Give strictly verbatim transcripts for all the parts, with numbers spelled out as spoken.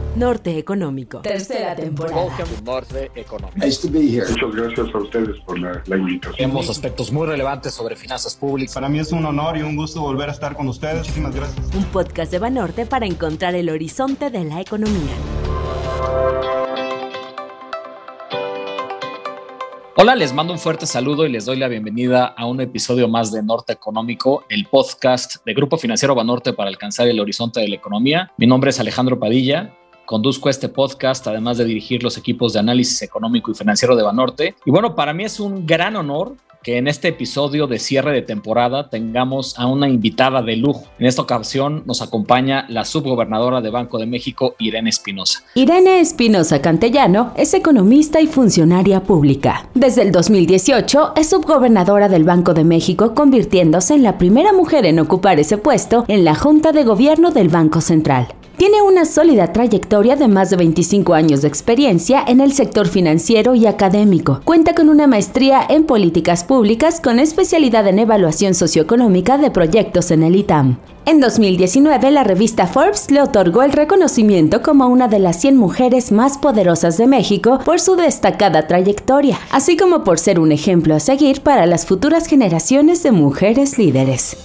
Norte Económico. Tercera temporada. Norte Económico. Nice to be here. Muchas gracias a ustedes por la, la invitación. Tenemos aspectos muy relevantes sobre finanzas públicas. Para mí es un honor y un gusto volver a estar con ustedes. Muchísimas gracias. Un podcast de Banorte para encontrar el horizonte de la economía. Hola, les mando un fuerte saludo y les doy la bienvenida a un episodio más de Norte Económico, el podcast de Grupo Financiero Banorte para alcanzar el horizonte de la economía. Mi nombre es Alejandro Padilla. Conduzco este podcast, además de dirigir los equipos de análisis económico y financiero de Banorte. Y bueno, para mí es un gran honor que en este episodio de cierre de temporada tengamos a una invitada de lujo. En esta ocasión nos acompaña la subgobernadora de Banco de México, Irene Espinosa. Irene Espinosa Cantellano es economista y funcionaria pública. Desde el dos mil dieciocho es subgobernadora del Banco de México, convirtiéndose en la primera mujer en ocupar ese puesto en la Junta de Gobierno del Banco Central. Tiene una sólida trayectoria de más de veinticinco años de experiencia en el sector financiero y académico. Cuenta con una maestría en políticas públicas con especialidad en evaluación socioeconómica de proyectos en el I T A M. En dos mil diecinueve, la revista Forbes le otorgó el reconocimiento como una de las cien mujeres más poderosas de México por su destacada trayectoria, así como por ser un ejemplo a seguir para las futuras generaciones de mujeres líderes.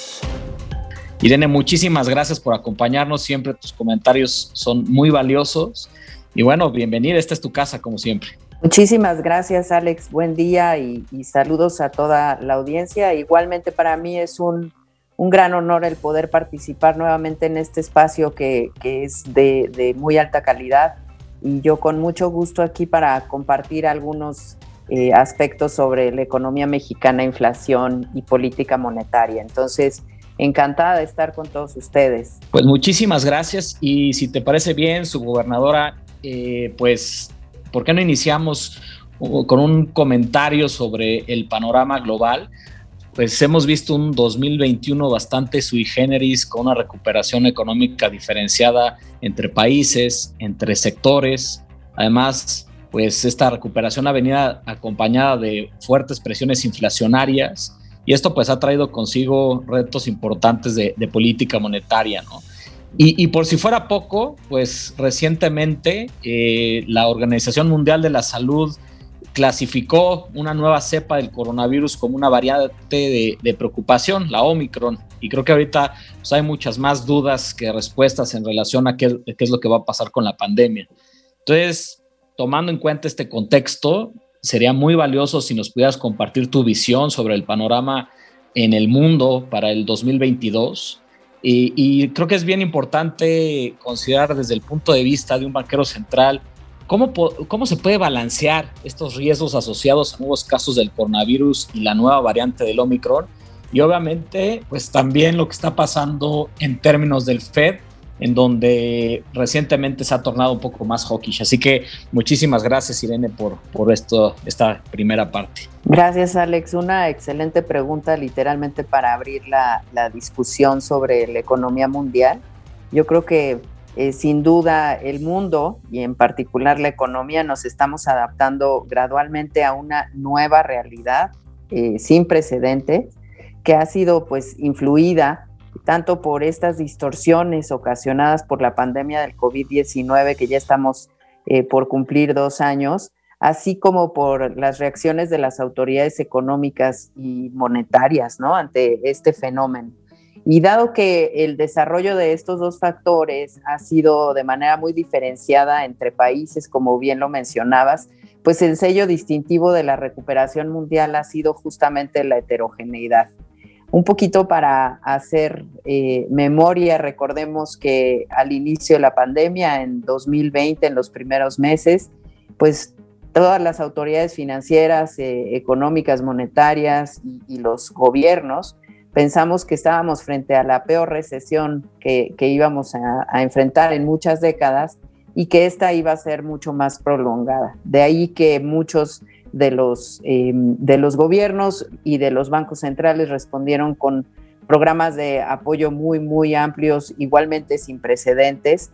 Irene, muchísimas gracias por acompañarnos. Siempre tus comentarios son muy valiosos. Y bueno, bienvenida. Esta es tu casa, como siempre. Muchísimas gracias, Alex. Buen día y, y saludos a toda la audiencia. Igualmente para mí es un, un gran honor el poder participar nuevamente en este espacio que, que es de, de muy alta calidad. Y yo con mucho gusto aquí para compartir algunos eh, aspectos sobre la economía mexicana, inflación y política monetaria. Entonces, encantada de estar con todos ustedes. Pues muchísimas gracias y si te parece bien, subgobernadora, eh, pues, ¿por qué no iniciamos con un comentario sobre el panorama global? Pues hemos visto un dos mil veintiuno bastante sui generis, con una recuperación económica diferenciada entre países, entre sectores. Además, pues esta recuperación ha venido acompañada de fuertes presiones inflacionarias. Y esto pues ha traído consigo retos importantes de, de política monetaria, ¿no? Y, y por si fuera poco, pues recientemente eh, la Organización Mundial de la Salud clasificó una nueva cepa del coronavirus como una variante de, de preocupación, la Omicron. Y creo que ahorita pues, hay muchas más dudas que respuestas en relación a qué, qué es lo que va a pasar con la pandemia. Entonces, tomando en cuenta este contexto, sería muy valioso si nos pudieras compartir tu visión sobre el panorama en el mundo para el dos mil veintidós. Y, y creo que es bien importante considerar desde el punto de vista de un banquero central cómo, cómo se puede balancear estos riesgos asociados a nuevos casos del coronavirus y la nueva variante del Omicron. Y obviamente, pues también lo que está pasando en términos del Fed, en donde recientemente se ha tornado un poco más hawkish. Así que muchísimas gracias, Irene, por, por esto, esta primera parte. Gracias, Alex. Una excelente pregunta, literalmente para abrir la, la discusión sobre la economía mundial. Yo creo que eh, sin duda el mundo, y en particular la economía, nos estamos adaptando gradualmente a una nueva realidad eh, sin precedentes, que ha sido pues influida tanto por estas distorsiones ocasionadas por la pandemia del covid diecinueve, que ya estamos eh, por cumplir dos años, así como por las reacciones de las autoridades económicas y monetarias, ¿no?, ante este fenómeno. Y dado que el desarrollo de estos dos factores ha sido de manera muy diferenciada entre países, como bien lo mencionabas, pues el sello distintivo de la recuperación mundial ha sido justamente la heterogeneidad. Un poquito para hacer eh, memoria, recordemos que al inicio de la pandemia, en dos mil veinte, en los primeros meses, pues todas las autoridades financieras, eh, económicas, monetarias y, y los gobiernos pensamos que estábamos frente a la peor recesión que, que íbamos a, a enfrentar en muchas décadas y que esta iba a ser mucho más prolongada. De ahí que muchos de los, eh, de los gobiernos y de los bancos centrales respondieron con programas de apoyo muy, muy amplios, igualmente sin precedentes.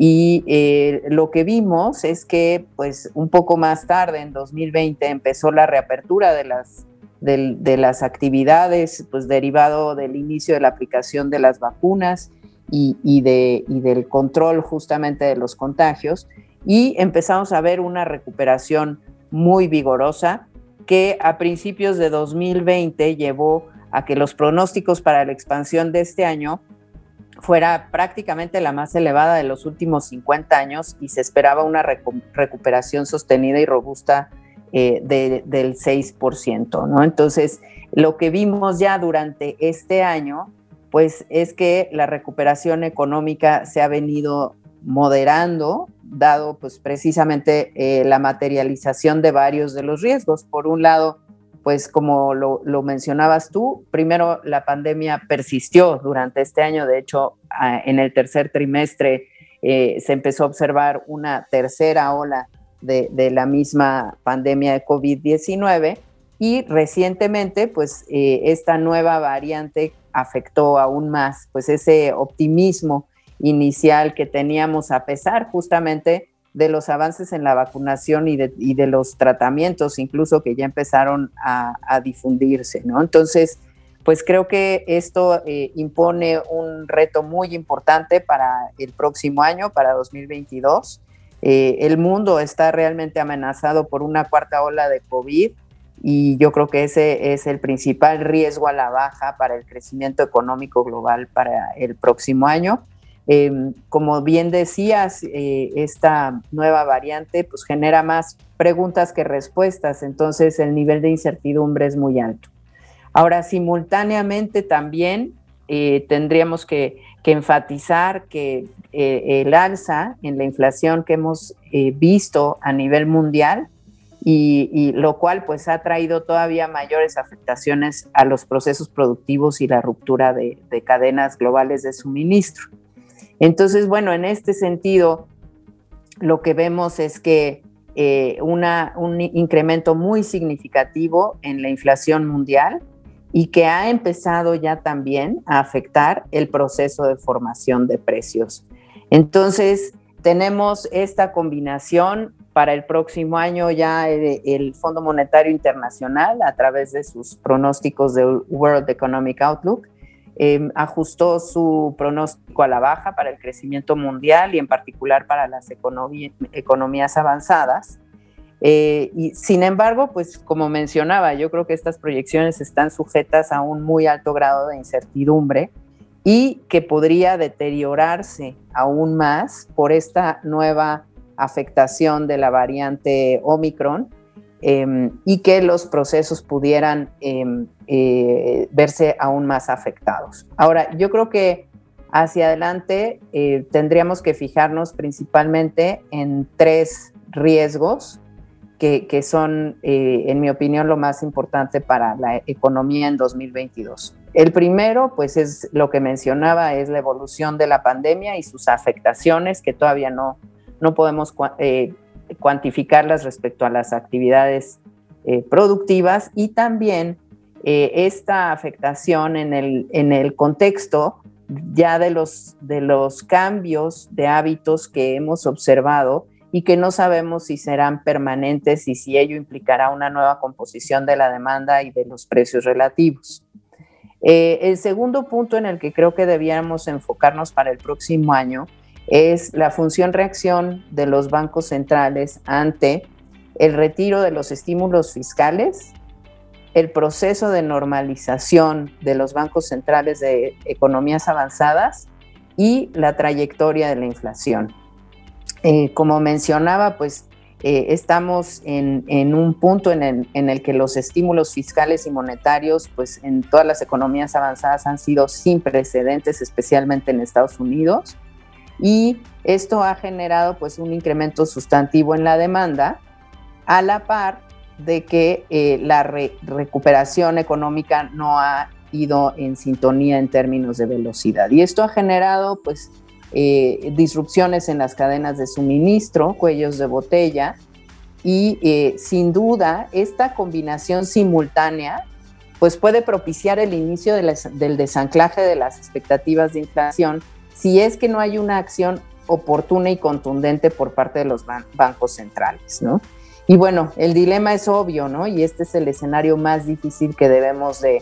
Y eh, lo que vimos es que pues, un poco más tarde, en dos mil veinte, empezó la reapertura de las, de, de las actividades pues, derivado del inicio de la aplicación de las vacunas y, y, de, y del control justamente de los contagios, y empezamos a ver una recuperación muy vigorosa que a principios de dos mil veinte llevó a que los pronósticos para la expansión de este año fuera prácticamente la más elevada de los últimos cincuenta años y se esperaba una recu- recuperación sostenida y robusta eh, de, del seis por ciento, ¿no? Entonces, lo que vimos ya durante este año, pues es que la recuperación económica se ha venido moderando, dado pues precisamente eh, la materialización de varios de los riesgos. Por un lado, pues como lo, lo mencionabas tú, primero la pandemia persistió durante este año, de hecho a, en el tercer trimestre eh, se empezó a observar una tercera ola de, de la misma pandemia de covid diecinueve y recientemente pues eh, esta nueva variante afectó aún más pues ese optimismo inicial que teníamos a pesar justamente de los avances en la vacunación y de, y de los tratamientos incluso que ya empezaron a, a difundirse, ¿no? Entonces, pues creo que esto eh, impone un reto muy importante para el próximo año, para dos mil veintidós. Eh, el mundo está realmente amenazado por una cuarta ola de COVID y yo creo que ese es el principal riesgo a la baja para el crecimiento económico global para el próximo año. Eh, como bien decías, eh, esta nueva variante pues, genera más preguntas que respuestas, entonces el nivel de incertidumbre es muy alto. Ahora, simultáneamente también eh, tendríamos que, que enfatizar que eh, el alza en la inflación que hemos eh, visto a nivel mundial y, y lo cual pues ha traído todavía mayores afectaciones a los procesos productivos y la ruptura de, de cadenas globales de suministro. Entonces, bueno, en este sentido, lo que vemos es que eh, una, un incremento muy significativo en la inflación mundial y que ha empezado ya también a afectar el proceso de formación de precios. Entonces, tenemos esta combinación para el próximo año ya el, el Fondo Monetario Internacional, a través de sus pronósticos de World Economic Outlook, Eh, ajustó su pronóstico a la baja para el crecimiento mundial y en particular para las economía, economías avanzadas. Eh, y sin embargo, pues como mencionaba, yo creo que estas proyecciones están sujetas a un muy alto grado de incertidumbre y que podría deteriorarse aún más por esta nueva afectación de la variante Omicron. Eh, y que los procesos pudieran eh, eh, verse aún más afectados. Ahora, yo creo que hacia adelante eh, tendríamos que fijarnos principalmente en tres riesgos que, que son, eh, en mi opinión, lo más importante para la economía en dos mil veintidós. El primero, pues es lo que mencionaba, es la evolución de la pandemia y sus afectaciones que todavía no, no podemos eh, cuantificarlas respecto a las actividades eh, productivas y también eh, esta afectación en el, en el contexto ya de los, de los cambios de hábitos que hemos observado y que no sabemos si serán permanentes y si ello implicará una nueva composición de la demanda y de los precios relativos. Eh, el segundo punto en el que creo que debíamos enfocarnos para el próximo año es la función-reacción de los bancos centrales ante el retiro de los estímulos fiscales, el proceso de normalización de los bancos centrales de economías avanzadas y la trayectoria de la inflación. Eh, como mencionaba, pues eh, estamos en, en un punto en el, en el que los estímulos fiscales y monetarios, pues en todas las economías avanzadas han sido sin precedentes, especialmente en Estados Unidos. Y esto ha generado pues un incremento sustantivo en la demanda a la par de que eh, la re- recuperación económica no ha ido en sintonía en términos de velocidad. Y esto ha generado pues eh, disrupciones en las cadenas de suministro, cuellos de botella y eh, sin duda esta combinación simultánea pues puede propiciar el inicio de las, del desanclaje de las expectativas de inflación si es que no hay una acción oportuna y contundente por parte de los ban- bancos centrales, ¿no? Y bueno, el dilema es obvio, ¿no? Y este es el escenario más difícil que debemos de,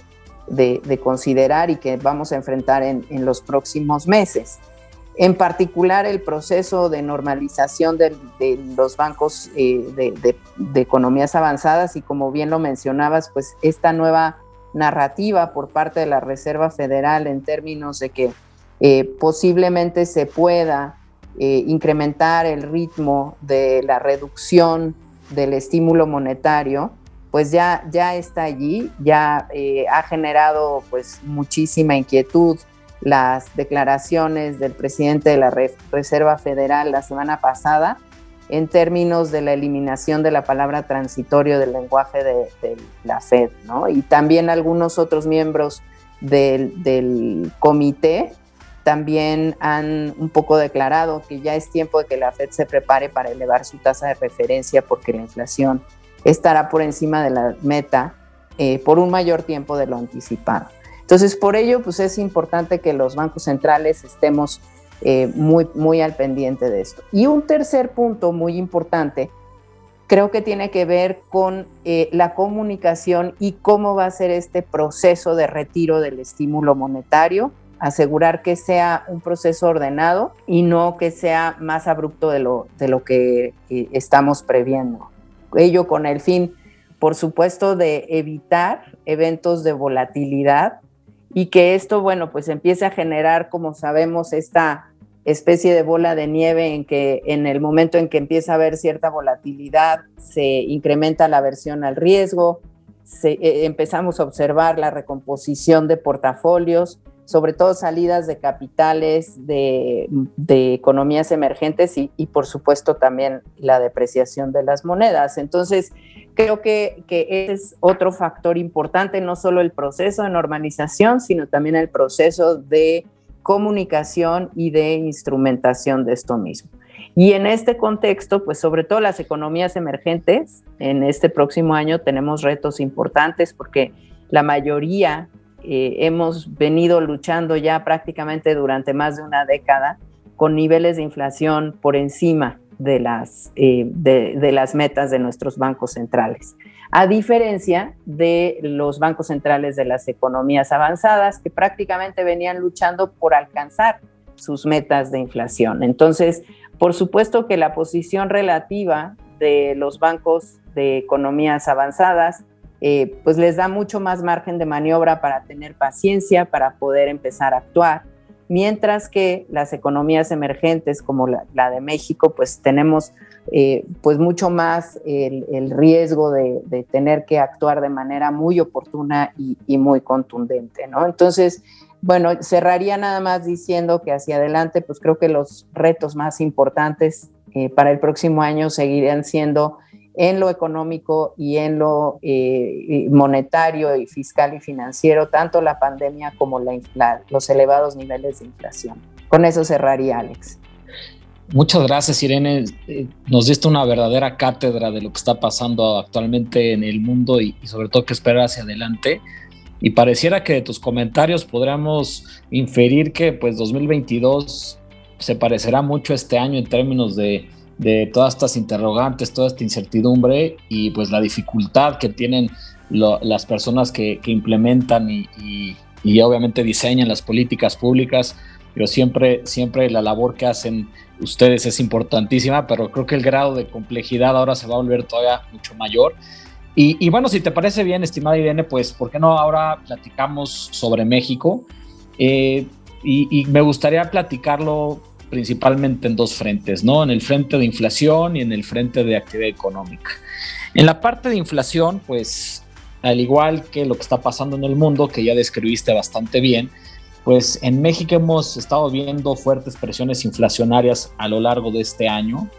de, de considerar y que vamos a enfrentar en, en los próximos meses. En particular, el proceso de normalización de, de los bancos eh, de, de, de economías avanzadas y, como bien lo mencionabas, pues esta nueva narrativa por parte de la Reserva Federal en términos de que eh, posiblemente se pueda eh, incrementar el ritmo de la reducción del estímulo monetario, pues ya, ya está allí, ya eh, ha generado pues muchísima inquietud las declaraciones del presidente de la Reserva Federal la semana pasada en términos de la eliminación de la palabra transitorio del lenguaje de, de la Fed, ¿no? Y también algunos otros miembros del, del comité también han un poco declarado que ya es tiempo de que la Fed se prepare para elevar su tasa de referencia porque la inflación estará por encima de la meta eh, por un mayor tiempo de lo anticipado. Entonces, por ello, pues es importante que los bancos centrales estemos eh, muy, muy al pendiente de esto. Y un tercer punto muy importante, creo que tiene que ver con eh, la comunicación y cómo va a ser este proceso de retiro del estímulo monetario, asegurar que sea un proceso ordenado y no que sea más abrupto de lo, de lo que eh, estamos previendo. Ello con el fin, por supuesto, de evitar eventos de volatilidad y que esto, bueno, pues empiece a generar, como sabemos, esta especie de bola de nieve en que en el momento en que empieza a haber cierta volatilidad se incrementa la aversión al riesgo, se, eh, empezamos a observar la recomposición de portafolios, sobre todo salidas de capitales de, de economías emergentes y, y por supuesto también la depreciación de las monedas. Entonces, creo que, que ese es otro factor importante, no solo el proceso de normalización, sino también el proceso de comunicación y de instrumentación de esto mismo. Y en este contexto, pues sobre todo las economías emergentes, en este próximo año tenemos retos importantes porque la mayoría Eh, hemos venido luchando ya prácticamente durante más de una década con niveles de inflación por encima de las, eh, de, de las metas de nuestros bancos centrales, a diferencia de los bancos centrales de las economías avanzadas que prácticamente venían luchando por alcanzar sus metas de inflación. Entonces, por supuesto que la posición relativa de los bancos de economías avanzadas Eh, pues les da mucho más margen de maniobra para tener paciencia, para poder empezar a actuar, mientras que las economías emergentes como la, la de México, pues tenemos eh, pues mucho más el, el riesgo de, de tener que actuar de manera muy oportuna y, y muy contundente, ¿no? Entonces, bueno, cerraría nada más diciendo que hacia adelante, pues creo que los retos más importantes eh, para el próximo año seguirán siendo en lo económico y en lo eh, monetario y fiscal y financiero, tanto la pandemia como la, la, los elevados niveles de inflación. Con eso cerraría, Alex. Muchas gracias, Irene. Nos diste una verdadera cátedra de lo que está pasando actualmente en el mundo y, y sobre todo qué esperar hacia adelante. Y pareciera que de tus comentarios podríamos inferir que pues dos mil veintidós se parecerá mucho a este año en términos de de todas estas interrogantes, toda esta incertidumbre y pues la dificultad que tienen lo, las personas que, que implementan y, y, y obviamente diseñan las políticas públicas, pero siempre, siempre la labor que hacen ustedes es importantísima, pero creo que el grado de complejidad ahora se va a volver todavía mucho mayor. Y, y bueno, si te parece bien, estimada Irene, pues ¿por qué no ahora platicamos sobre México? Eh, y, y me gustaría platicarlo principalmente en dos frentes, ¿no? En el frente de inflación y en el frente de actividad económica. En la parte de inflación, pues, al igual que lo que está pasando en el mundo, que ya describiste bastante bien, pues en México hemos estado viendo fuertes presiones inflacionarias a lo largo de este año.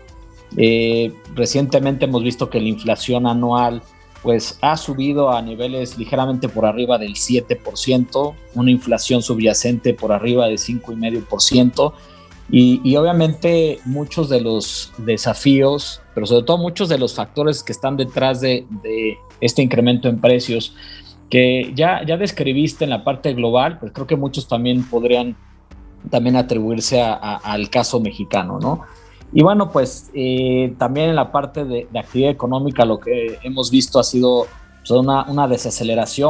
Eh, recientemente hemos visto que la inflación anual pues ha subido a niveles ligeramente por arriba del siete por ciento, una inflación subyacente por arriba del cinco coma cinco por ciento. Y, y obviamente muchos de los desafíos, pero sobre todo muchos de los factores que están detrás de, de este incremento en precios que ya, ya describiste en la parte global, pues creo que muchos también podrían también atribuirse a, a, al caso mexicano, ¿no? Y bueno, pues eh, también en la parte de, de actividad económica lo que hemos visto ha sido pues, una, una desaceleración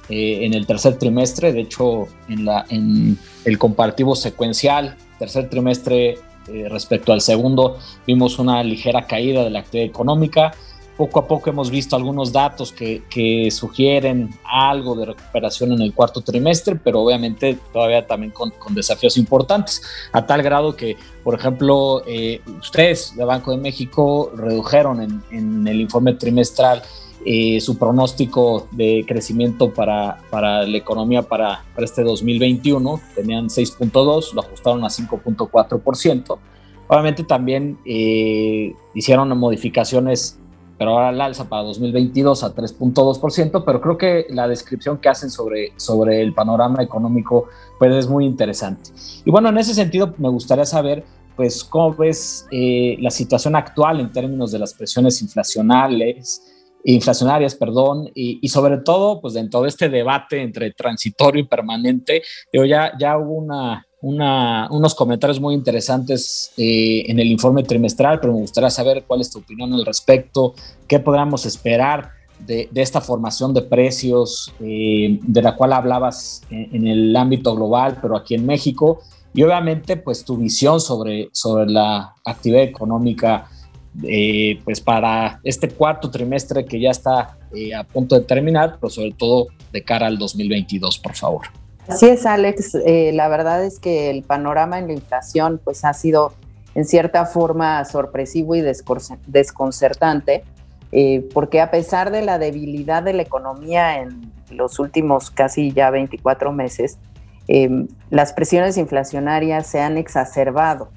eh, en el tercer trimestre. De hecho, en, la, en el comparativo secuencial, tercer trimestre eh, respecto al segundo, vimos una ligera caída de la actividad económica. Poco a poco hemos visto algunos datos que, que sugieren algo de recuperación en el cuarto trimestre, pero obviamente todavía también con, con desafíos importantes, a tal grado que, por ejemplo, eh, ustedes de Banco de México redujeron en, en el informe trimestral eh, su pronóstico de crecimiento para, para la economía para, para este dos mil veintiuno. Tenían seis punto dos, lo ajustaron a cinco punto cuatro por ciento. Obviamente también eh, hicieron modificaciones, pero ahora al alza para dos mil veintidós a tres punto dos por ciento, pero creo que la descripción que hacen sobre, sobre el panorama económico pues es muy interesante. Y bueno, en ese sentido me gustaría saber, pues, ¿cómo ves eh, la situación actual en términos de las presiones inflacionales, inflacionarias, perdón, y, y sobre todo, pues, dentro de este debate entre transitorio y permanente? Digo, ya, ya hubo una... Una, unos comentarios muy interesantes eh, en el informe trimestral, pero me gustaría saber cuál es tu opinión al respecto, qué podríamos esperar de, de esta formación de precios eh, de la cual hablabas en, en el ámbito global, pero aquí en México, y obviamente pues tu visión sobre, sobre la actividad económica eh, pues para este cuarto trimestre que ya está eh, a punto de terminar, pero sobre todo de cara al dos mil veintidós, por favor. Así es, Alex. Eh, la verdad es que el panorama en la inflación pues, ha sido en cierta forma sorpresivo y desconcertante, eh, porque a pesar de la debilidad de la economía en los últimos casi ya veinticuatro meses, eh, las presiones inflacionarias se han exacerbado.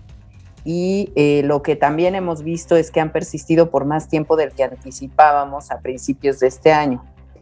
Y eh, lo que también hemos visto es que han persistido por más tiempo del que anticipábamos a principios de este año.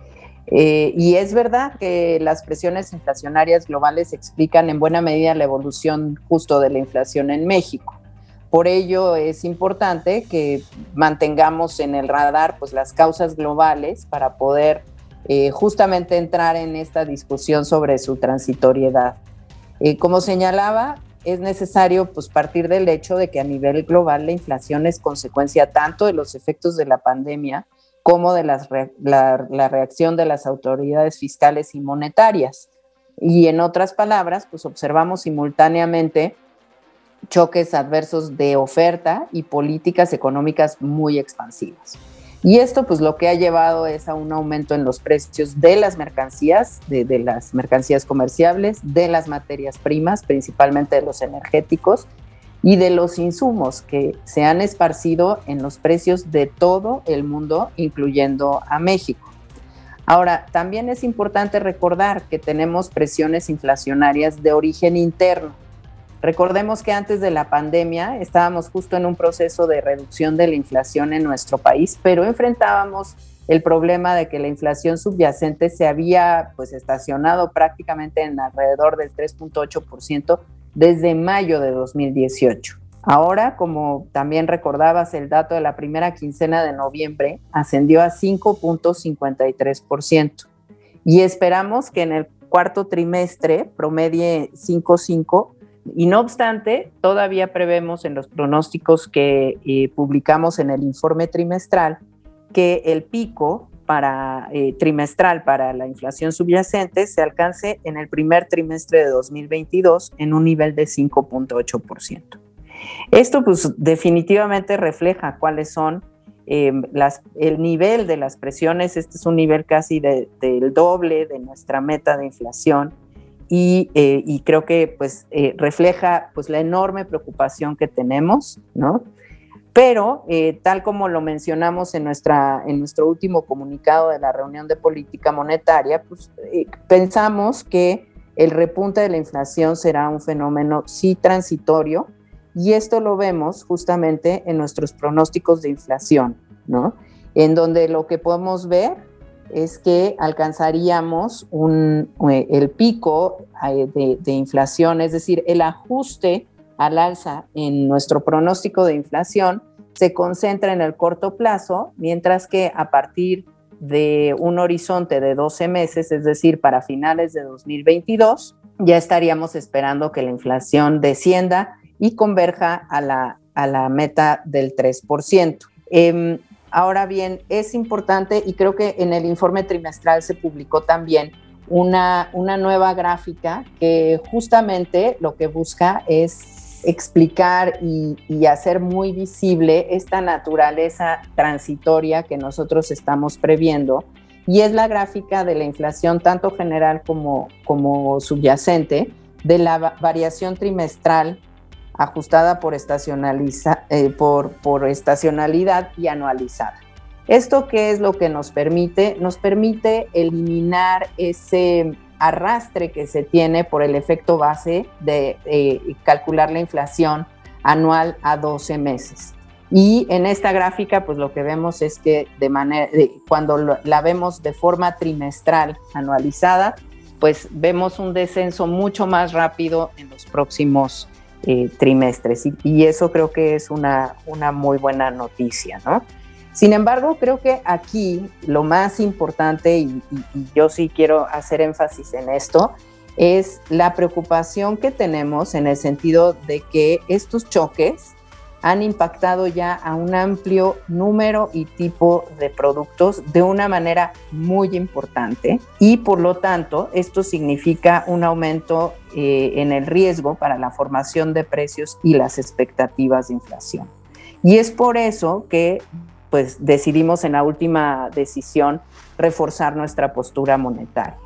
Eh, y es verdad que las presiones inflacionarias globales explican en buena medida la evolución justo de la inflación en México. Por ello es importante que mantengamos en el radar pues, las causas globales para poder eh, justamente entrar en esta discusión sobre su transitoriedad. Eh, como señalaba, es necesario pues, partir del hecho de que a nivel global la inflación es consecuencia tanto de los efectos de la pandemia como de las re, la, la reacción de las autoridades fiscales y monetarias. Y en otras palabras, pues observamos simultáneamente choques adversos de oferta y políticas económicas muy expansivas. Y esto pues lo que ha llevado es a un aumento en los precios de las mercancías, de, de las mercancías comerciables, de las materias primas, principalmente de los energéticos, y de los insumos que se han esparcido en los precios de todo el mundo, incluyendo a México. Ahora, también es importante recordar que tenemos presiones inflacionarias de origen interno. Recordemos que antes de la pandemia estábamos justo en un proceso de reducción de la inflación en nuestro país, pero enfrentábamos el problema de que la inflación subyacente se había pues, estacionado prácticamente en alrededor del tres punto ocho por ciento desde mayo de dos mil dieciocho. Ahora, como también recordabas, el dato de la primera quincena de noviembre ascendió a cinco punto cincuenta y tres por ciento y esperamos que en el cuarto trimestre promedie cinco punto cinco por ciento. Y no obstante, todavía prevemos en los pronósticos que eh, publicamos en el informe trimestral que el pico para, eh, trimestral para la inflación subyacente se alcance en el primer trimestre de dos mil veintidós en un nivel de cinco punto ocho por ciento. Esto pues definitivamente refleja cuáles son eh, las, el nivel de las presiones. Este es un nivel casi de, del doble de nuestra meta de inflación. Y, eh, y creo que pues, eh, refleja pues, la enorme preocupación que tenemos, ¿no? Pero, eh, tal como lo mencionamos en, nuestra, en nuestro último comunicado de la reunión de política monetaria, pues, eh, pensamos que el repunte de la inflación será un fenómeno sí transitorio, y esto lo vemos justamente en nuestros pronósticos de inflación, ¿no? En donde lo que podemos ver es que alcanzaríamos un, el pico de, de inflación, es decir, el ajuste al alza en nuestro pronóstico de inflación se concentra en el corto plazo, mientras que a partir de un horizonte de doce meses, es decir, para finales de dos mil veintidós, ya estaríamos esperando que la inflación descienda y converja a la, a la meta del tres por ciento. Eh, Ahora bien, es importante, y creo que en el informe trimestral se publicó también una, una nueva gráfica que justamente lo que busca es explicar y, y hacer muy visible esta naturaleza transitoria que nosotros estamos previendo, y es la gráfica de la inflación tanto general como, como subyacente, de la va- variación trimestral ajustada por, estacionaliza, eh, por, por estacionalidad y anualizada. ¿Esto qué es lo que nos permite? Nos permite eliminar ese arrastre que se tiene por el efecto base de eh, calcular la inflación anual a doce meses. Y en esta gráfica, pues lo que vemos es que de manera, de, cuando lo, la vemos de forma trimestral anualizada, pues vemos un descenso mucho más rápido en los próximos eh, trimestres. Y, y eso creo que es una, una muy buena noticia, ¿no? Sin embargo, creo que aquí lo más importante, y, y, y yo sí quiero hacer énfasis en esto, es la preocupación que tenemos en el sentido de que estos choques han impactado ya a un amplio número y tipo de productos de una manera muy importante, y por lo tanto esto significa un aumento eh, en el riesgo para la formación de precios y las expectativas de inflación. Y es por eso que pues decidimos en la última decisión reforzar nuestra postura monetaria.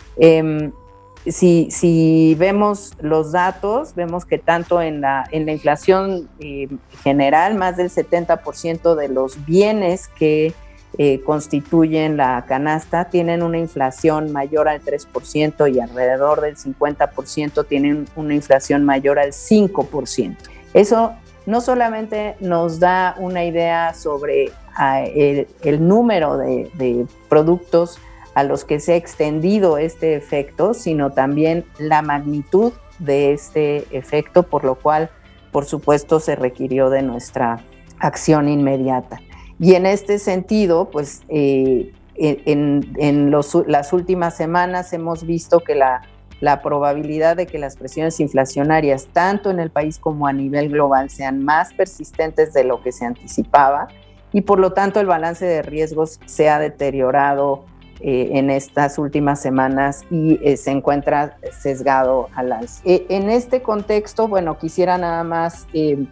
Eh, si, si vemos los datos, vemos que tanto en la, en la inflación eh, general, más del setenta por ciento de los bienes que eh, constituyen la canasta tienen una inflación mayor al tres por ciento, y alrededor del cincuenta por ciento tienen una inflación mayor al cinco por ciento. Eso no solamente nos da una idea sobre uh, el, el número de, de productos a los que se ha extendido este efecto, sino también la magnitud de este efecto, por lo cual, por supuesto, se requirió de nuestra acción inmediata. Y en este sentido, pues, eh, en, en los, las últimas semanas hemos visto que la la probabilidad de que las presiones inflacionarias, tanto en el país como a nivel global, sean más persistentes de lo que se anticipaba, y por lo tanto el balance de riesgos se ha deteriorado eh, en estas últimas semanas y eh, se encuentra sesgado al alza. Eh, en este contexto, bueno, quisiera nada más eh,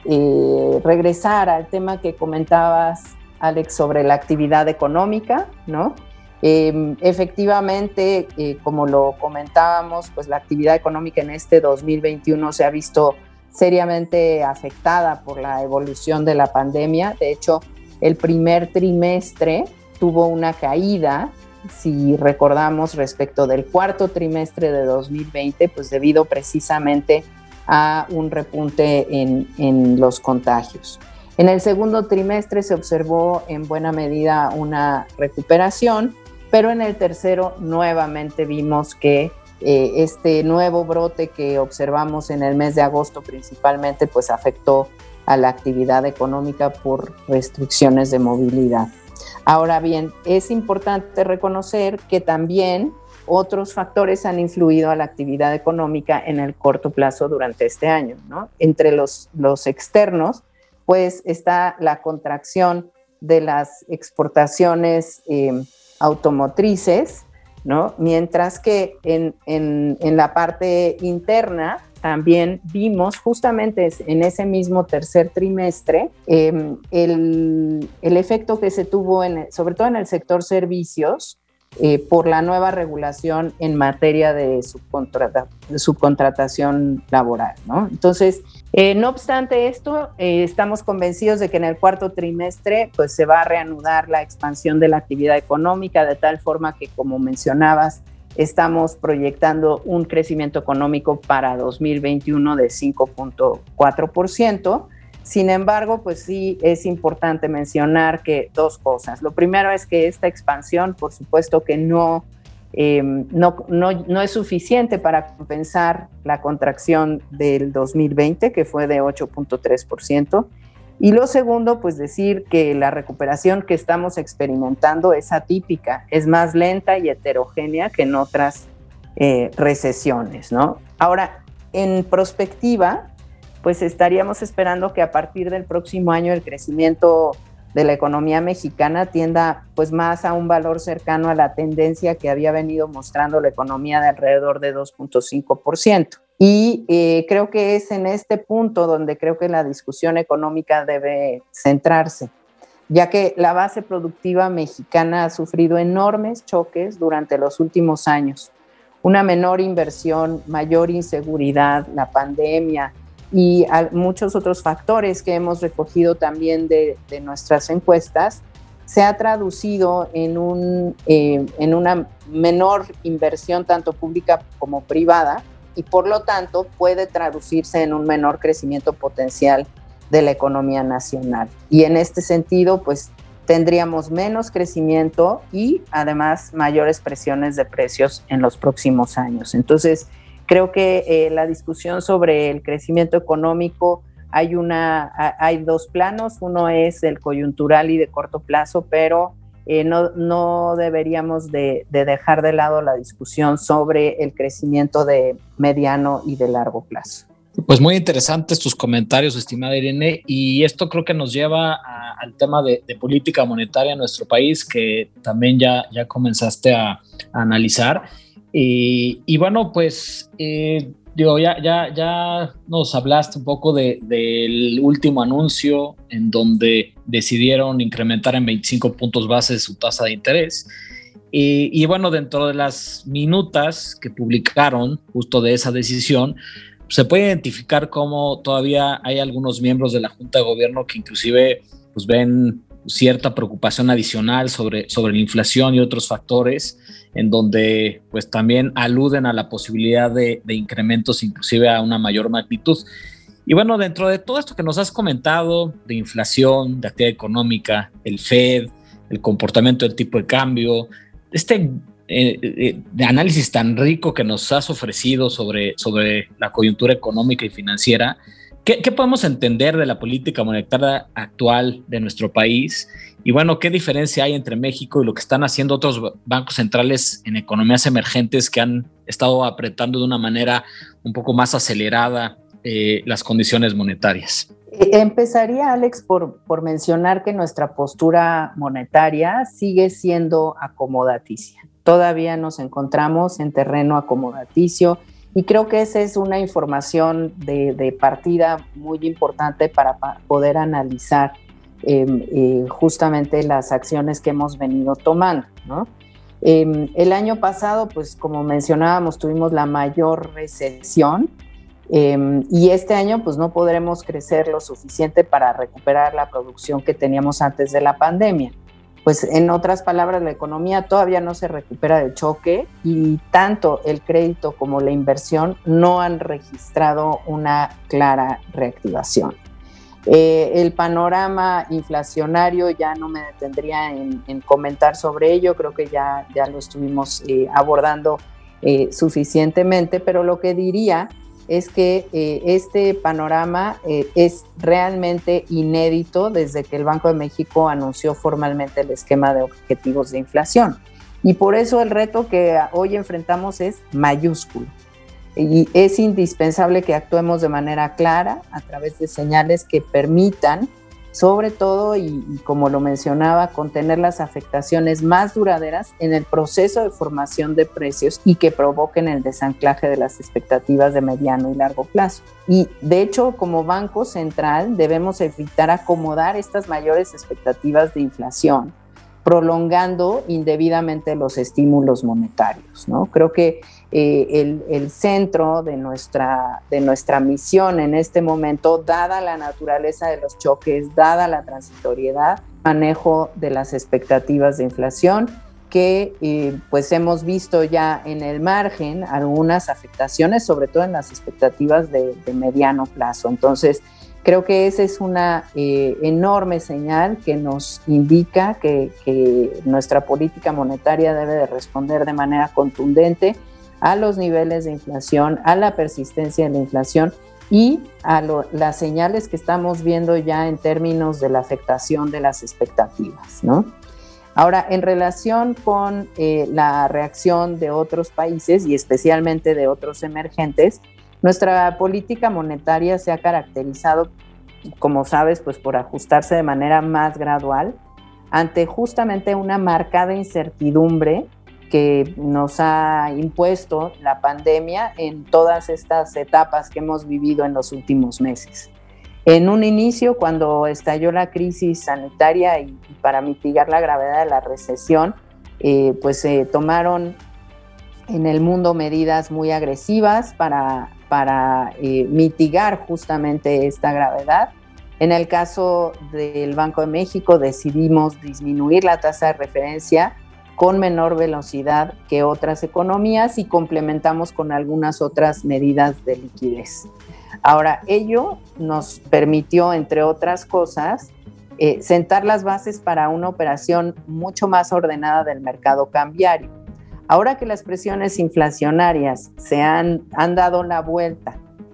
eh, regresar al tema que comentabas, Alex, sobre la actividad económica, ¿no? Eh, efectivamente, eh, como lo comentábamos, pues la actividad económica en este dos mil veintiuno se ha visto seriamente afectada por la evolución de la pandemia. De hecho, el primer trimestre tuvo una caída, si recordamos, respecto del cuarto trimestre de dos mil veinte, pues debido precisamente a un repunte en, en los contagios. En el segundo trimestre se observó en buena medida una recuperación, pero en el tercero nuevamente vimos que eh, este nuevo brote que observamos en el mes de agosto principalmente, pues afectó a la actividad económica por restricciones de movilidad. Ahora bien, es importante reconocer que también otros factores han influido a la actividad económica en el corto plazo durante este año, ¿no? Entre los, los externos, pues está la contracción de las exportaciones eh, automotrices, ¿no? Mientras que en, en, en la parte interna también vimos justamente en ese mismo tercer trimestre eh, el, el efecto que se tuvo, en, sobre todo en el sector servicios, eh, por la nueva regulación en materia de, subcontrata, de subcontratación laboral, ¿no? Entonces, Eh, no obstante esto, eh, estamos convencidos de que en el cuarto trimestre pues, se va a reanudar la expansión de la actividad económica, de tal forma que, como mencionabas, estamos proyectando un crecimiento económico para dos mil veintiuno de cinco punto cuatro por ciento. Sin embargo, pues sí es importante mencionar que dos cosas. Lo primero es que esta expansión, por supuesto que no... Eh, no, no, no es suficiente para compensar la contracción del dos mil veinte, que fue de ocho punto tres por ciento. Y lo segundo, pues decir que la recuperación que estamos experimentando es atípica, es más lenta y heterogénea que en otras eh, recesiones, ¿no? Ahora, en prospectiva, pues estaríamos esperando que a partir del próximo año el crecimiento de la economía mexicana tienda pues más a un valor cercano a la tendencia que había venido mostrando la economía de alrededor de dos punto cinco por ciento. Y eh, creo que es en este punto donde creo que la discusión económica debe centrarse, ya que la base productiva mexicana ha sufrido enormes choques durante los últimos años. Una menor inversión, mayor inseguridad, la pandemia y muchos otros factores que hemos recogido también de, de nuestras encuestas, se ha traducido en, un, eh, en una menor inversión tanto pública como privada y por lo tanto puede traducirse en un menor crecimiento potencial de la economía nacional. Y en este sentido, pues tendríamos menos crecimiento y además mayores presiones de precios en los próximos años. Entonces, creo que eh, la discusión sobre el crecimiento económico, hay, una, hay dos planos, uno es el coyuntural y de corto plazo, pero eh, no, no deberíamos de, de dejar de lado la discusión sobre el crecimiento de mediano y de largo plazo. Pues muy interesantes tus comentarios, estimada Irene, y esto creo que nos lleva a, al tema de, de política monetaria en nuestro país, que también ya, ya comenzaste a, a analizar. Y, y bueno, pues eh, digo, ya, ya, ya nos hablaste un poco de, del último anuncio en donde decidieron incrementar en veinticinco puntos base su tasa de interés. Y, y bueno, dentro de las minutas que publicaron justo de esa decisión, se puede identificar cómo todavía hay algunos miembros de la Junta de Gobierno que inclusive pues, ven cierta preocupación adicional sobre, sobre la inflación y otros factores, en donde pues también aluden a la posibilidad de, de incrementos inclusive a una mayor magnitud. Y bueno, dentro de todo esto que nos has comentado de inflación, de actividad económica, el F E D, el comportamiento del tipo de cambio, este eh, eh, de análisis tan rico que nos has ofrecido sobre, sobre la coyuntura económica y financiera, ¿Qué, ¿Qué podemos entender de la política monetaria actual de nuestro país? Y bueno, ¿qué diferencia hay entre México y lo que están haciendo otros bancos centrales en economías emergentes que han estado apretando de una manera un poco más acelerada eh, las condiciones monetarias? Empezaría, Alex, por, por mencionar que nuestra postura monetaria sigue siendo acomodaticia. Todavía nos encontramos en terreno acomodaticio. Y creo que esa es una información de, de partida muy importante para pa- poder analizar eh, eh, justamente las acciones que hemos venido tomando, ¿no? Eh, el año pasado, pues como mencionábamos, tuvimos la mayor recesión eh, y este año pues no podremos crecer lo suficiente para recuperar la producción que teníamos antes de la pandemia. Pues en otras palabras, la economía todavía no se recupera del choque y tanto el crédito como la inversión no han registrado una clara reactivación. Eh, el panorama inflacionario ya no me detendría en, en comentar sobre ello, creo que ya, ya lo estuvimos eh, abordando eh, suficientemente, pero lo que diría es que eh, este panorama eh, es realmente inédito desde que el Banco de México anunció formalmente el esquema de objetivos de inflación. Y por eso el reto que hoy enfrentamos es mayúsculo. Y es indispensable que actuemos de manera clara a través de señales que permitan, sobre todo, y, y como lo mencionaba, contener las afectaciones más duraderas en el proceso de formación de precios y que provoquen el desanclaje de las expectativas de mediano y largo plazo. Y de hecho, como Banco Central, debemos evitar acomodar estas mayores expectativas de inflación, prolongando indebidamente los estímulos monetarios, ¿no? Creo que eh, el, el centro de nuestra, de nuestra misión en este momento, dada la naturaleza de los choques, dada la transitoriedad, manejo de las expectativas de inflación, que eh, pues hemos visto ya en el margen algunas afectaciones, sobre todo en las expectativas de, de mediano plazo. Entonces, creo que esa es una eh, enorme señal que nos indica que, que nuestra política monetaria debe de responder de manera contundente a los niveles de inflación, a la persistencia de la inflación y a lo, las señales que estamos viendo ya en términos de la afectación de las expectativas, ¿no? Ahora, en relación con eh, la reacción de otros países y especialmente de otros emergentes, nuestra política monetaria se ha caracterizado como sabes, pues por ajustarse de manera más gradual ante justamente una marcada incertidumbre que nos ha impuesto la pandemia en todas estas etapas que hemos vivido en los últimos meses. En un inicio, cuando estalló la crisis sanitaria y, y para mitigar la gravedad de la recesión, eh, pues se eh, tomaron en el mundo medidas muy agresivas para, para eh, mitigar justamente esta gravedad. En el caso del Banco de México decidimos disminuir la tasa de referencia con menor velocidad que otras economías y complementamos con algunas otras medidas de liquidez. Ahora, ello nos permitió, entre otras cosas, eh, sentar las bases para una operación mucho más ordenada del mercado cambiario. Ahora que las presiones inflacionarias se han, han dado la vuelta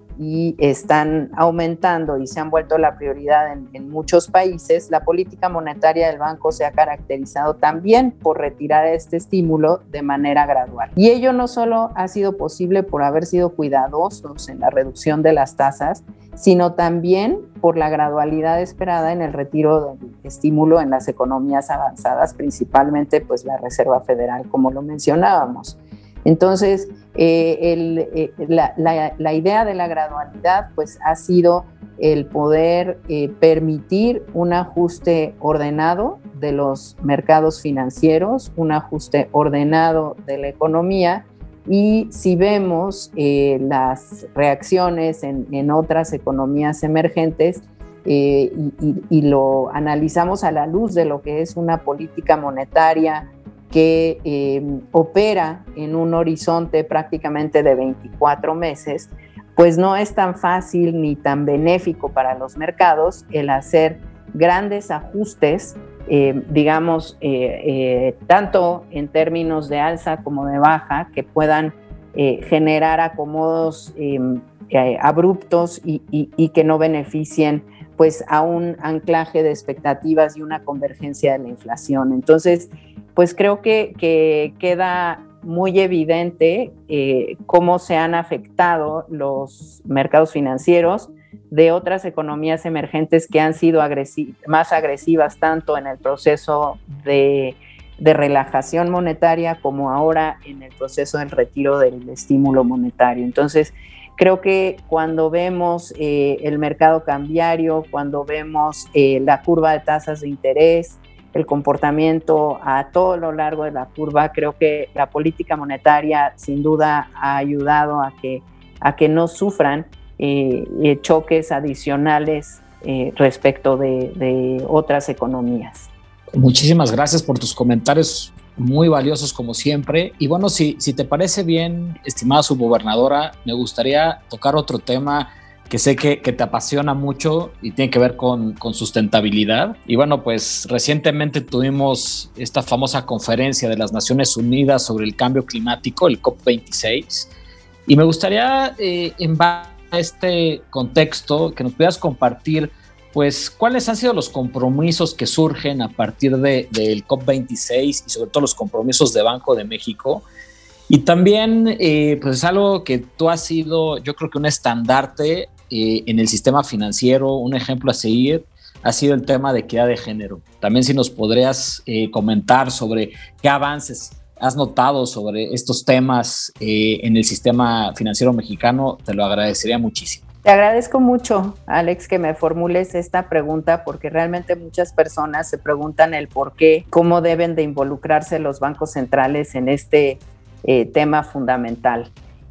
y están aumentando y se han vuelto la prioridad en, en muchos países, la política monetaria del banco se ha caracterizado también por retirar este estímulo de manera gradual. Y ello no solo ha sido posible por haber sido cuidadosos en la reducción de las tasas, sino también por la gradualidad esperada en el retiro del estímulo en las economías avanzadas, principalmente pues la Reserva Federal, como lo mencionábamos. Entonces, eh, el, eh, la, la, la idea de la gradualidad pues, ha sido el poder eh, permitir un ajuste ordenado de los mercados financieros, un ajuste ordenado de la economía, y si vemos eh, las reacciones en, en otras economías emergentes eh, y, y, y lo analizamos a la luz de lo que es una política monetaria que eh, opera en un horizonte prácticamente de veinticuatro meses, pues no es tan fácil ni tan benéfico para los mercados el hacer grandes ajustes, eh, digamos, eh, eh, tanto en términos de alza como de baja, que puedan eh, generar acomodos eh, eh, abruptos y, y, y que no beneficien pues, a un anclaje de expectativas y una convergencia de la inflación. Entonces, pues creo que, que queda muy evidente eh, cómo se han afectado los mercados financieros de otras economías emergentes que han sido agresi- más agresivas tanto en el proceso de, de relajación monetaria como ahora en el proceso del retiro del estímulo monetario. Entonces, creo que cuando vemos eh, el mercado cambiario, cuando vemos eh, la curva de tasas de interés, el comportamiento a todo lo largo de la curva, creo que la política monetaria sin duda ha ayudado a que, a que no sufran eh, choques adicionales eh, respecto de, de otras economías. Muchísimas gracias por tus comentarios muy valiosos como siempre. Y bueno, si, si te parece bien, estimada subgobernadora, me gustaría tocar otro tema que sé que, que te apasiona mucho y tiene que ver con, con sustentabilidad. Y bueno, pues recientemente tuvimos esta famosa conferencia de las Naciones Unidas sobre el cambio climático, el COP veintiséis, y me gustaría, eh, en base a este contexto, que nos pudieras compartir, pues, cuáles han sido los compromisos que surgen a partir de, del COP veintiséis y sobre todo los compromisos de Banco de México. Y también, eh, pues es algo que tú has sido, yo creo que un estandarte eh, en el sistema financiero, un ejemplo a seguir, ha sido el tema de equidad de género. También si nos podrías eh, comentar sobre qué avances has notado sobre estos temas eh, en el sistema financiero mexicano, te lo agradecería muchísimo. Te agradezco mucho, Alex, que me formules esta pregunta, porque realmente muchas personas se preguntan el por qué, cómo deben de involucrarse los bancos centrales en este Eh, tema fundamental.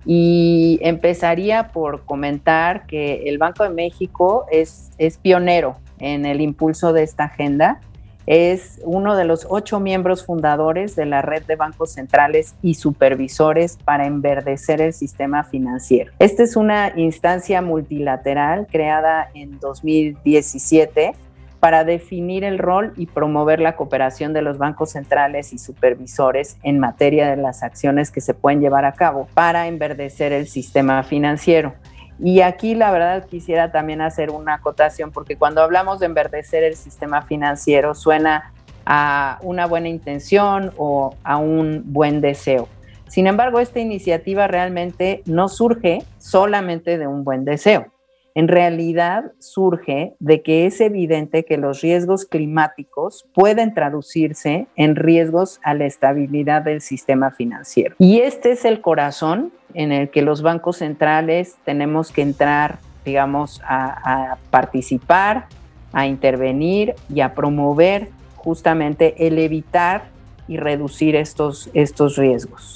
Y empezaría por comentar que el Banco de México es, es pionero en el impulso de esta agenda. Es uno de los ocho miembros fundadores de la red de bancos centrales y supervisores para enverdecer el sistema financiero. Esta es una instancia multilateral creada en dos mil diecisiete para definir el rol y promover la cooperación de los bancos centrales y supervisores en materia de las acciones que se pueden llevar a cabo para enverdecer el sistema financiero. Y aquí la verdad quisiera también hacer una acotación, porque cuando hablamos de enverdecer el sistema financiero suena a una buena intención o a un buen deseo. Sin embargo, esta iniciativa realmente no surge solamente de un buen deseo. en realidad surge de que es evidente que los riesgos climáticos pueden traducirse en riesgos a la estabilidad del sistema financiero. Y este es el corazón en el que los bancos centrales tenemos que entrar, digamos, a, a participar, a intervenir y a promover justamente el evitar y reducir estos, estos riesgos.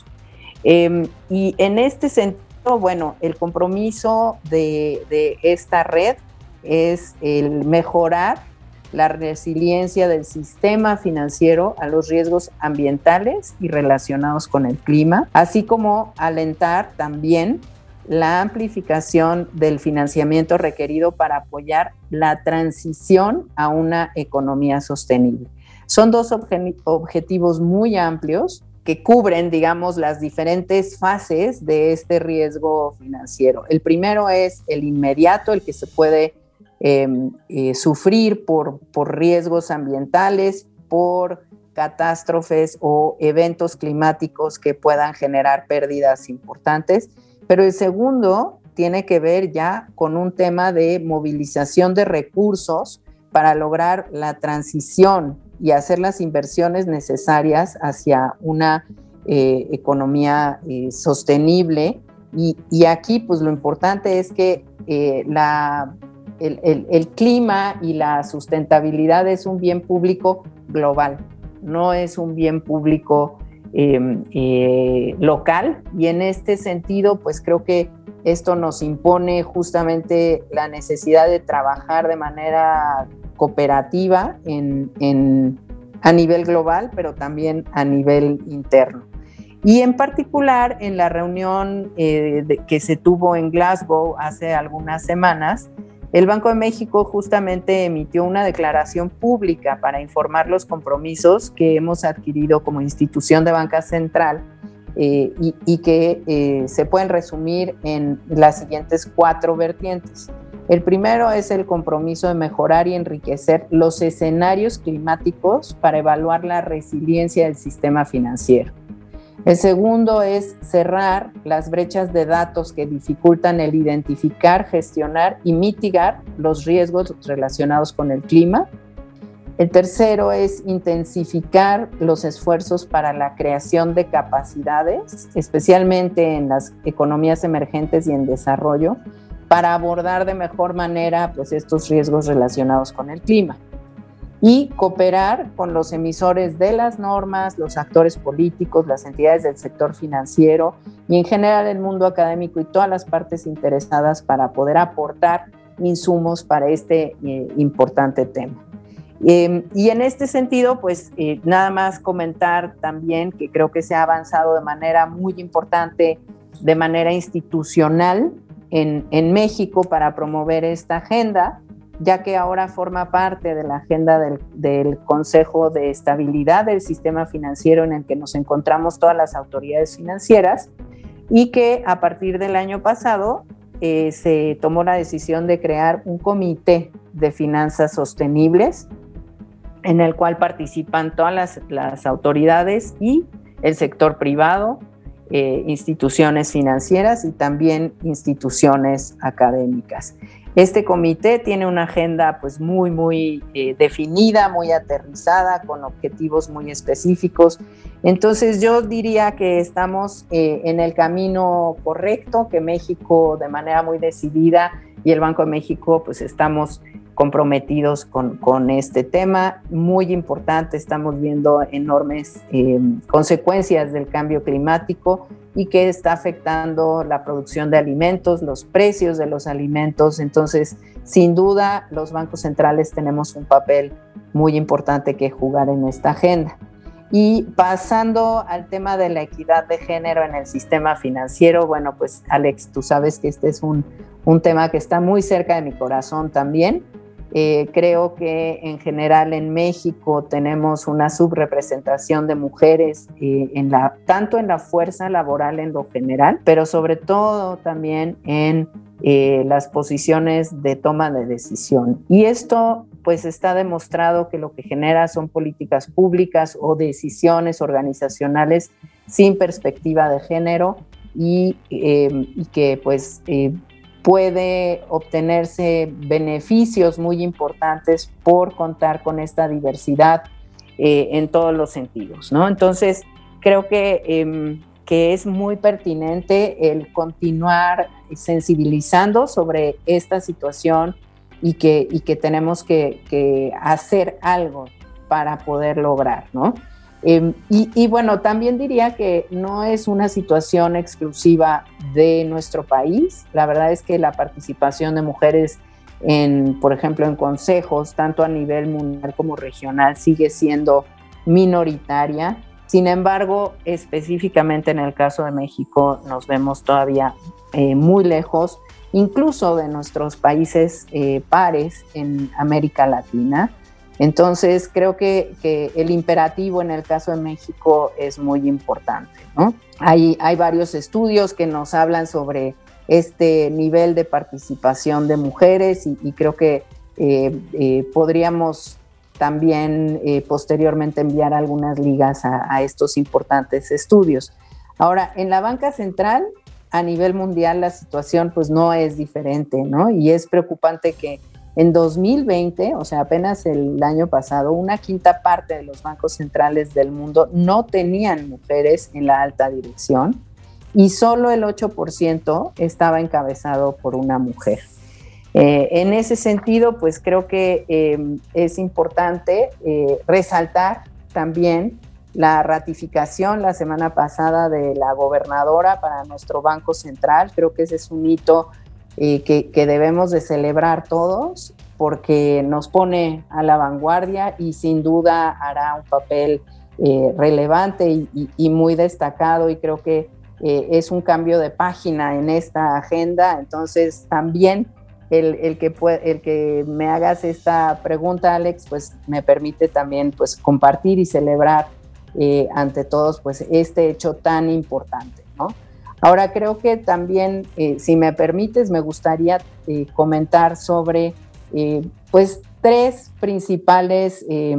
Eh, y en este sentido, bueno, el compromiso de, de esta red es el mejorar la resiliencia del sistema financiero a los riesgos ambientales y relacionados con el clima, así como alentar también la amplificación del financiamiento requerido para apoyar la transición a una economía sostenible. Son dos obje- objetivos muy amplios que cubren, digamos, las diferentes fases de este riesgo financiero. El primero es el inmediato, el que se puede eh, eh, sufrir por, por riesgos ambientales, por catástrofes o eventos climáticos que puedan generar pérdidas importantes. Pero el segundo tiene que ver ya con un tema de movilización de recursos para lograr la transición y hacer las inversiones necesarias hacia una eh, economía eh, sostenible. Y, y aquí, pues lo importante es que eh, la, el, el, el clima y la sustentabilidad es un bien público global, no es un bien público eh, eh, local. Y en este sentido, pues creo que esto nos impone justamente la necesidad de trabajar de manera cooperativa en, en, a nivel global, pero también a nivel interno. Y en particular, en la reunión eh, de, que se tuvo en Glasgow hace algunas semanas, el Banco de México justamente emitió una declaración pública para informar los compromisos que hemos adquirido como institución de banca central eh, y, y que eh, se pueden resumir en las siguientes cuatro vertientes. El primero es el compromiso de mejorar y enriquecer los escenarios climáticos para evaluar la resiliencia del sistema financiero. El segundo es cerrar las brechas de datos que dificultan el identificar, gestionar y mitigar los riesgos relacionados con el clima. El tercero es intensificar los esfuerzos para la creación de capacidades, especialmente en las economías emergentes y en desarrollo, para abordar de mejor manera pues, estos riesgos relacionados con el clima. Y cooperar con los emisores de las normas, los actores políticos, las entidades del sector financiero y en general el mundo académico y todas las partes interesadas para poder aportar insumos para este eh, importante tema. Eh, y en este sentido, pues eh, nada más comentar también que creo que se ha avanzado de manera muy importante, de manera institucional en, en México para promover esta agenda, ya que ahora forma parte de la agenda del, del Consejo de Estabilidad del Sistema Financiero en el que nos encontramos todas las autoridades financieras y que a partir del año pasado eh, se tomó la decisión de crear un comité de finanzas sostenibles en el cual participan todas las, las autoridades y el sector privado, eh, instituciones financieras y también instituciones académicas. Este comité tiene una agenda pues muy, muy eh, definida, muy aterrizada, con objetivos muy específicos. Entonces yo diría que estamos eh, en el camino correcto, que México de manera muy decidida y el Banco de México pues estamos comprometidos con, con este tema muy importante. Estamos viendo enormes eh, consecuencias del cambio climático y que está afectando la producción de alimentos, los precios de los alimentos. Entonces, sin duda, los bancos centrales tenemos un papel muy importante que jugar en esta agenda. Y pasando al tema de la equidad de género en el sistema financiero, bueno, pues Alex, tú sabes que este es un, un tema que está muy cerca de mi corazón también. Eh, creo que en general en México tenemos una subrepresentación de mujeres eh, en la, tanto en la fuerza laboral en lo general, pero sobre todo también en eh, las posiciones de toma de decisión. Y esto pues está demostrado que lo que genera son políticas públicas o decisiones organizacionales sin perspectiva de género y, eh, y que pues eh, puede obtenerse beneficios muy importantes por contar con esta diversidad eh, en todos los sentidos, ¿no? Entonces, creo que, eh, que es muy pertinente el continuar sensibilizando sobre esta situación y que, y que tenemos que, que hacer algo para poder lograr, ¿no? Eh, y, y bueno, también diría que no es una situación exclusiva de nuestro país. La verdad es que la participación de mujeres en, por ejemplo, en consejos, tanto a nivel mundial como regional, sigue siendo minoritaria. Sin embargo, específicamente en el caso de México, nos vemos todavía eh, muy lejos, incluso de nuestros países eh, pares en América Latina. Entonces, creo que, que el imperativo en el caso de México es muy importante, ¿no? Hay, hay varios estudios que nos hablan sobre este nivel de participación de mujeres y, y creo que eh, eh, podríamos también eh, posteriormente enviar algunas ligas a, a estos importantes estudios. Ahora, en la banca central, a nivel mundial, la situación pues no es diferente, ¿no? Y es preocupante que en dos mil veinte, o sea, apenas el año pasado, una quinta parte de los bancos centrales del mundo no tenían mujeres en la alta dirección y solo el ocho por ciento estaba encabezado por una mujer. Eh, en ese sentido, pues creo que eh, es importante eh, resaltar también la ratificación la semana pasada de la gobernadora para nuestro Banco Central. Creo que ese es un hito Eh, que, que debemos de celebrar todos porque nos pone a la vanguardia y sin duda hará un papel eh, relevante y, y, y muy destacado, y creo que eh, es un cambio de página en esta agenda. Entonces también el, el, que puede, el que me hagas esta pregunta, Alex, pues me permite también pues compartir y celebrar eh, ante todos pues este hecho tan importante, ¿no? Ahora, creo que también, eh, si me permites, me gustaría eh, comentar sobre eh, pues tres principales eh,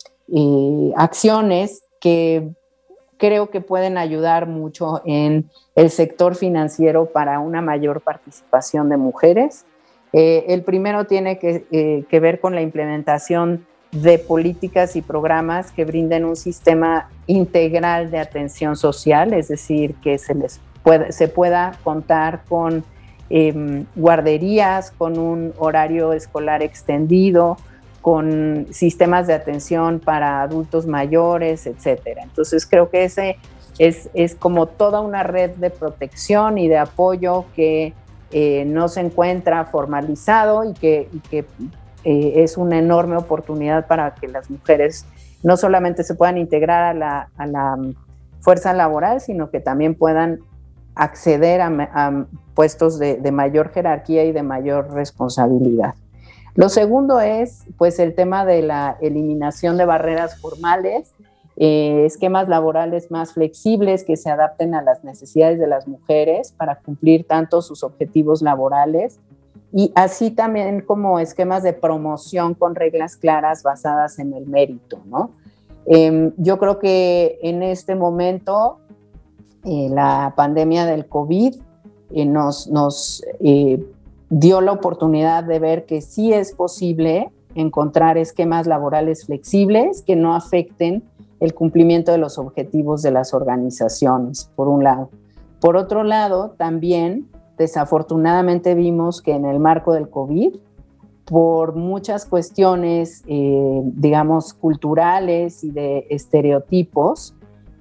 eh, acciones que creo que pueden ayudar mucho en el sector financiero para una mayor participación de mujeres. Eh, el primero tiene que, eh, que ver con la implementación de políticas y programas que brinden un sistema integral de atención social, es decir, que se les Puede, se pueda contar con eh, guarderías, con un horario escolar extendido, con sistemas de atención para adultos mayores, etcétera. Entonces creo que ese es, es como toda una red de protección y de apoyo que eh, no se encuentra formalizado y que, y que eh, es una enorme oportunidad para que las mujeres no solamente se puedan integrar a la, a la fuerza laboral, sino que también puedan acceder a, a puestos de, de mayor jerarquía y de mayor responsabilidad. Lo segundo es pues el tema de la eliminación de barreras formales, eh, esquemas laborales más flexibles que se adapten a las necesidades de las mujeres para cumplir tanto sus objetivos laborales, y así también como esquemas de promoción con reglas claras basadas en el mérito, ¿no? Eh, yo creo que en este momento Eh, la pandemia del COVID eh, nos, nos eh, dio la oportunidad de ver que sí es posible encontrar esquemas laborales flexibles que no afecten el cumplimiento de los objetivos de las organizaciones, por un lado. Por otro lado, también desafortunadamente vimos que en el marco del COVID, por muchas cuestiones, eh, digamos, culturales y de estereotipos,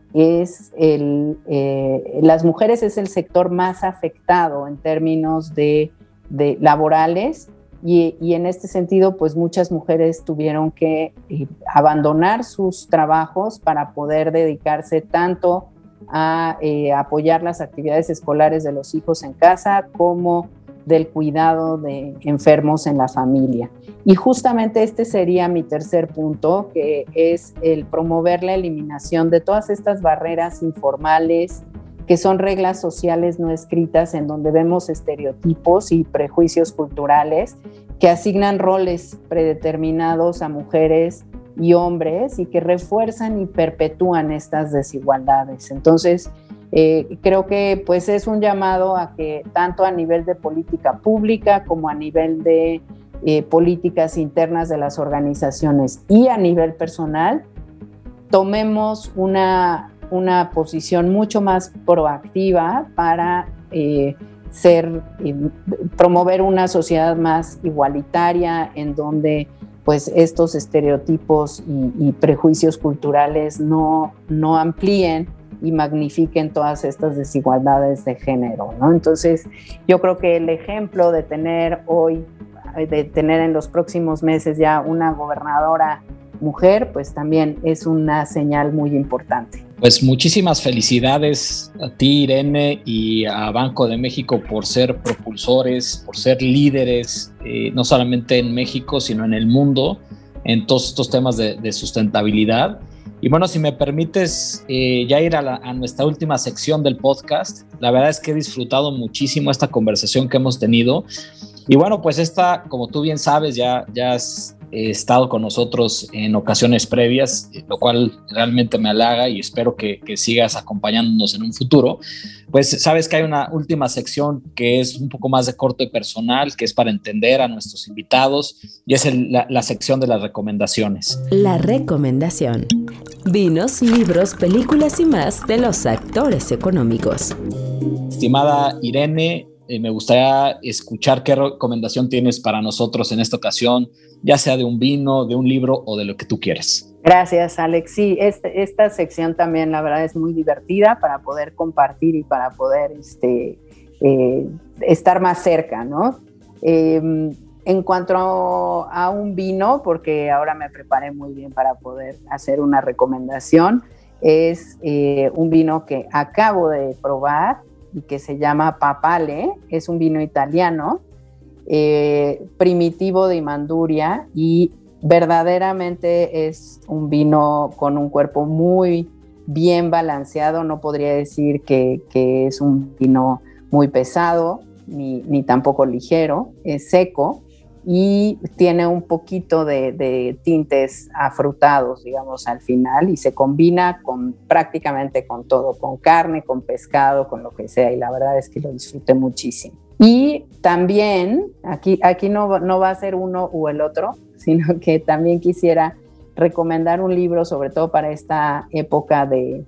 es el, eh, las mujeres es el sector más afectado en términos de, de laborales y, y en este sentido pues muchas mujeres tuvieron que eh, abandonar sus trabajos para poder dedicarse tanto a eh, apoyar las actividades escolares de los hijos en casa como del cuidado de enfermos en la familia. Y justamente este sería mi tercer punto, que es el promover la eliminación de todas estas barreras informales, que son reglas sociales no escritas, en donde vemos estereotipos y prejuicios culturales que asignan roles predeterminados a mujeres y hombres y que refuerzan y perpetúan estas desigualdades. Entonces, Eh, creo que pues es un llamado a que tanto a nivel de política pública como a nivel de eh, políticas internas de las organizaciones y a nivel personal tomemos una, una posición mucho más proactiva para eh, ser, eh, promover una sociedad más igualitaria en donde pues estos estereotipos y, y prejuicios culturales no, no amplíen y magnifiquen todas estas desigualdades de género, ¿no? Entonces, yo creo que el ejemplo de tener hoy, de tener en los próximos meses ya una gobernadora mujer, pues también es una señal muy importante. Pues muchísimas felicidades a ti, Irene, y a Banco de México por ser propulsores, por ser líderes, eh, no solamente en México, sino en el mundo, en todos estos temas de, de sustentabilidad. Y bueno, si me permites eh, ya ir a, la, a nuestra última sección del podcast, la verdad es que he disfrutado muchísimo esta conversación que hemos tenido. Y bueno, pues esta, como tú bien sabes, ya, ya has eh, estado con nosotros en ocasiones previas, lo cual realmente me halaga y espero que, que sigas acompañándonos en un futuro. Pues sabes que hay una última sección que es un poco más de corte personal, que es para entender a nuestros invitados, y es el, la, la sección de las recomendaciones. La recomendación. Vinos, libros, películas y más de los actores económicos. Estimada Irene, eh, me gustaría escuchar qué recomendación tienes para nosotros en esta ocasión, ya sea de un vino, de un libro o de lo que tú quieras. Gracias, Alex. Sí, este, esta sección también la verdad es muy divertida para poder compartir y para poder este, eh, estar más cerca, ¿no? Eh, en cuanto a un vino, porque ahora me preparé muy bien para poder hacer una recomendación, es eh, un vino que acabo de probar y que se llama Papale. Es un vino italiano, eh, primitivo de Manduria, y verdaderamente es un vino con un cuerpo muy bien balanceado. No podría decir que, que es un vino muy pesado, ni, ni tampoco ligero. Es seco y tiene un poquito de, de tintes afrutados, digamos, al final, y se combina con prácticamente con todo, con carne, con pescado, con lo que sea, y la verdad es que lo disfruté muchísimo. Y también, aquí, aquí no, no va a ser uno u el otro, sino que también quisiera recomendar un libro, sobre todo para esta época de,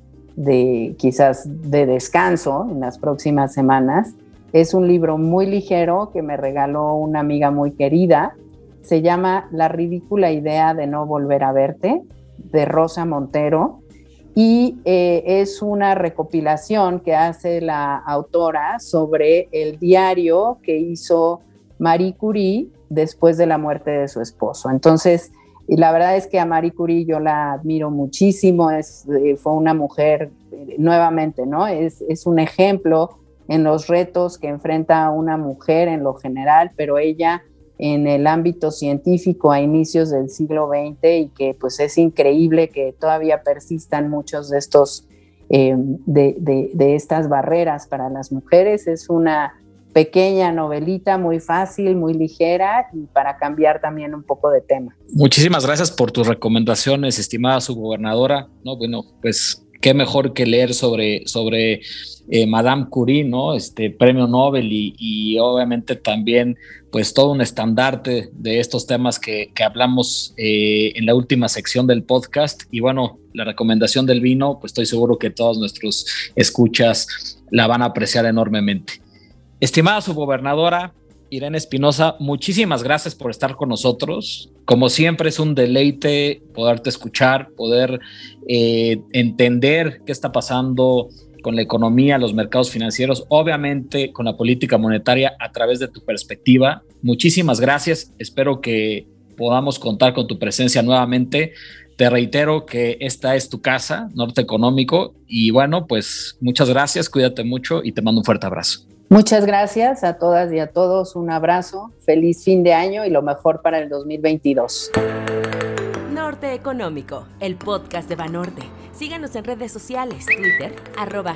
de quizás de descanso en las próximas semanas. Es un libro muy ligero que me regaló una amiga muy querida. Se llama La ridícula idea de no volver a verte, de Rosa Montero. Y eh, es una recopilación que hace la autora sobre el diario que hizo Marie Curie después de la muerte de su esposo. Entonces, y la verdad es que a Marie Curie yo la admiro muchísimo. Es, eh, fue una mujer, eh, nuevamente, ¿no? Es, es un ejemplo en los retos que enfrenta una mujer en lo general, pero ella en el ámbito científico a inicios del siglo veinte, y que pues es increíble que todavía persistan muchos de estos eh, de, de, de estas barreras para las mujeres. Es una pequeña novelita muy fácil, muy ligera, y para cambiar también un poco de tema. Muchísimas gracias por tus recomendaciones, estimada subgobernadora. No, bueno, pues qué mejor que leer sobre, sobre eh, Madame Curie, ¿no? Este premio Nobel y, y obviamente también pues todo un estandarte de estos temas que, que hablamos eh, en la última sección del podcast. Y bueno, la recomendación del vino, pues estoy seguro que todos nuestros escuchas la van a apreciar enormemente. Estimada subgobernadora Irene Espinosa, muchísimas gracias por estar con nosotros. Como siempre, es un deleite poderte escuchar, poder eh, entender qué está pasando con la economía, los mercados financieros, obviamente con la política monetaria a través de tu perspectiva. Muchísimas gracias. Espero que podamos contar con tu presencia nuevamente. Te reitero que esta es tu casa, Norte Económico. Y bueno, pues muchas gracias, cuídate mucho y te mando un fuerte abrazo. Muchas gracias a todas y a todos, un abrazo, feliz fin de año y lo mejor para el dos mil veintidós. Norte Económico, el podcast de Banorte. Síganos en redes sociales, Twitter, arroba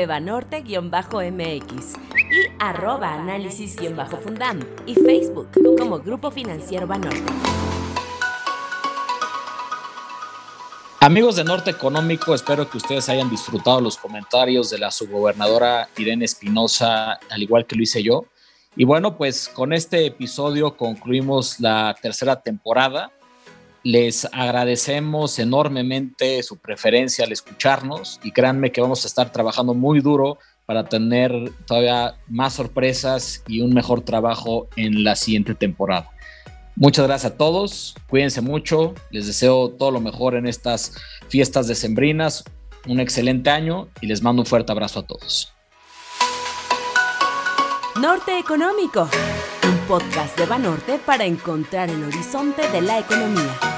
gfbanorte-mx y arroba análisis-fundam y Facebook como Grupo Financiero Banorte. Amigos de Norte Económico, espero que ustedes hayan disfrutado los comentarios de la subgobernadora Irene Espinosa, al igual que lo hice yo. Y bueno, pues con este episodio concluimos la tercera temporada. Les agradecemos enormemente su preferencia al escucharnos y créanme que vamos a estar trabajando muy duro para tener todavía más sorpresas y un mejor trabajo en la siguiente temporada. Muchas gracias a todos, cuídense mucho, les deseo todo lo mejor en estas fiestas decembrinas, un excelente año y les mando un fuerte abrazo a todos. Norte Económico, un podcast de Banorte para encontrar el horizonte de la economía.